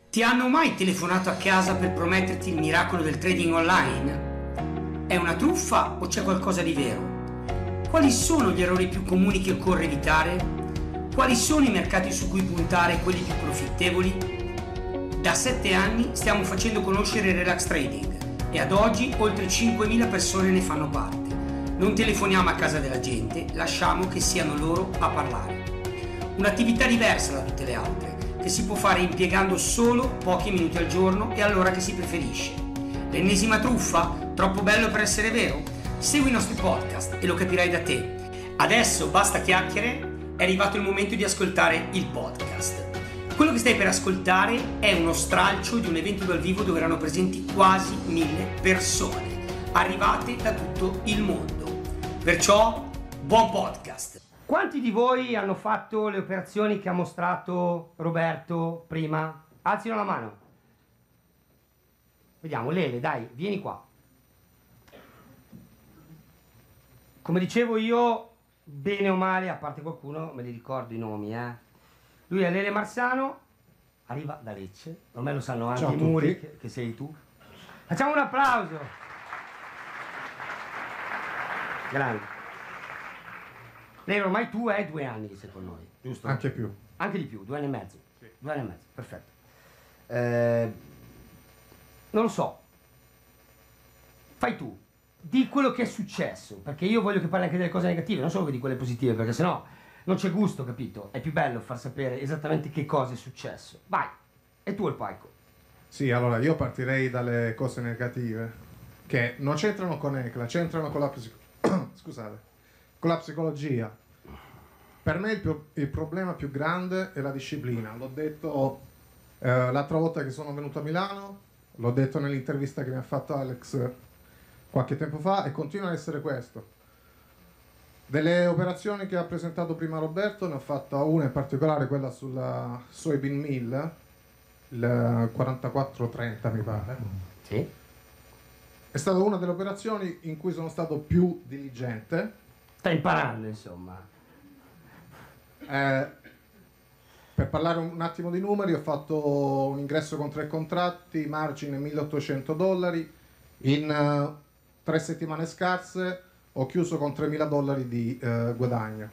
Ti hanno mai telefonato a casa per prometterti il miracolo del trading online? È una truffa o c'è qualcosa di vero? Quali sono gli errori più comuni che occorre evitare? Quali sono i mercati su cui puntare e quelli più profittevoli? Da 7 anni stiamo facendo conoscere Relax Trading e ad oggi oltre 5.000 persone ne fanno parte. Non telefoniamo a casa della gente, lasciamo che siano loro a parlare. Un'attività diversa da tutte le altre, che si può fare impiegando solo pochi minuti al giorno e all'ora che si preferisce. L'ennesima truffa? Troppo bello per essere vero? Segui i nostri podcast e lo capirai da te. Adesso basta chiacchiere, è arrivato il momento di ascoltare il podcast. Quello che stai per ascoltare è uno stralcio di un evento dal vivo dove erano presenti quasi 1.000 persone, arrivate da tutto il mondo. Perciò, buon podcast! Quanti di voi hanno fatto le operazioni che ha mostrato Roberto prima? Alzino la mano. Vediamo, Lele, dai, vieni qua. Come dicevo io, bene o male, a parte qualcuno, me li ricordo i nomi, Lui è Lele Marsano, arriva da Lecce, ormai lo sanno anche i muri, che sei tu. Facciamo un applauso. Grande. Lei ormai tu hai 2 anni che sei con noi, giusto? Anche più. Anche di più, 2 anni e mezzo. Sì. 2 anni e mezzo, perfetto. Non lo so. Fai tu. Di quello che è successo, perché io voglio che parli anche delle cose negative, non solo che di quelle positive, perché sennò non c'è gusto, capito? È più bello far sapere esattamente che cosa è successo. Vai, è tu il palco. Sì, allora io partirei dalle cose negative, che non c'entrano con ECLA, c'entrano con la scusate, con la psicologia. Per me il problema più grande è la disciplina. L'ho detto l'altra volta che sono venuto a Milano, l'ho detto nell'intervista che mi ha fatto Alex qualche tempo fa e continua a essere questo. Delle operazioni che ha presentato prima Roberto, ne ho fatta una in particolare, quella sulla soybean meal, il 4430 mi pare. Sì. È stata una delle operazioni in cui sono stato più diligente. Stai imparando, insomma. Per parlare un attimo di numeri, ho fatto un ingresso con 3 contratti, margine $1.800, in 3 settimane scarse ho chiuso con $3.000 di guadagno,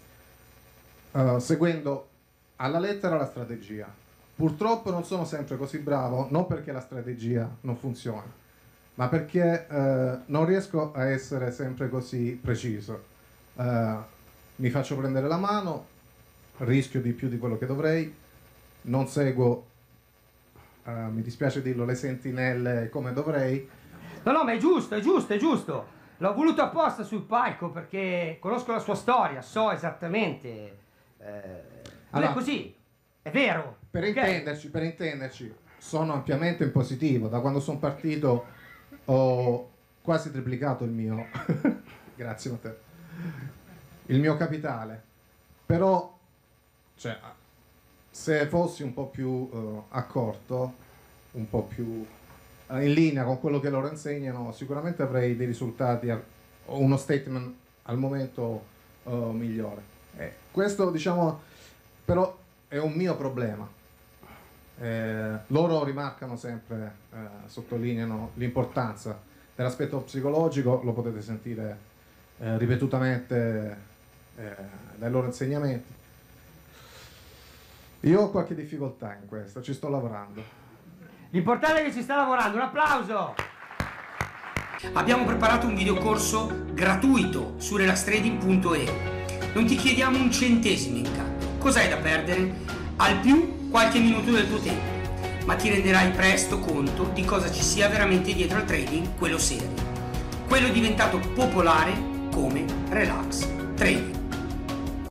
seguendo alla lettera la strategia. Purtroppo non sono sempre così bravo, non perché la strategia non funziona, ma perché non riesco a essere sempre così preciso. Mi faccio prendere la mano, rischio di più di quello che dovrei, non seguo, mi dispiace dirlo, le sentinelle come dovrei. No, ma è giusto, è giusto, è giusto. L'ho voluto apposta sul palco perché conosco la sua storia, so esattamente. Allora, è così, è vero. Per intenderci, sono ampiamente in positivo. Da quando sono partito ho quasi triplicato il mio grazie Matteo, il mio capitale. Però, cioè, se fossi un po' più accorto, un po' più in linea con quello che loro insegnano, sicuramente avrei dei risultati o uno statement al momento migliore. Questo, diciamo, però è un mio problema. Loro rimarcano sempre, sottolineano l'importanza dell'aspetto psicologico, lo potete sentire ripetutamente dai loro insegnamenti. Io ho qualche difficoltà in questo, ci sto lavorando. L'importante è che ci sta lavorando, un applauso! Abbiamo preparato un videocorso gratuito su relaxtrading.e. Non ti chiediamo un centesimo in cambio. Cos'hai da perdere? Al più qualche minuto del tuo tempo, ma ti renderai presto conto di cosa ci sia veramente dietro al trading, quello serio. Quello diventato popolare come Relax Trading.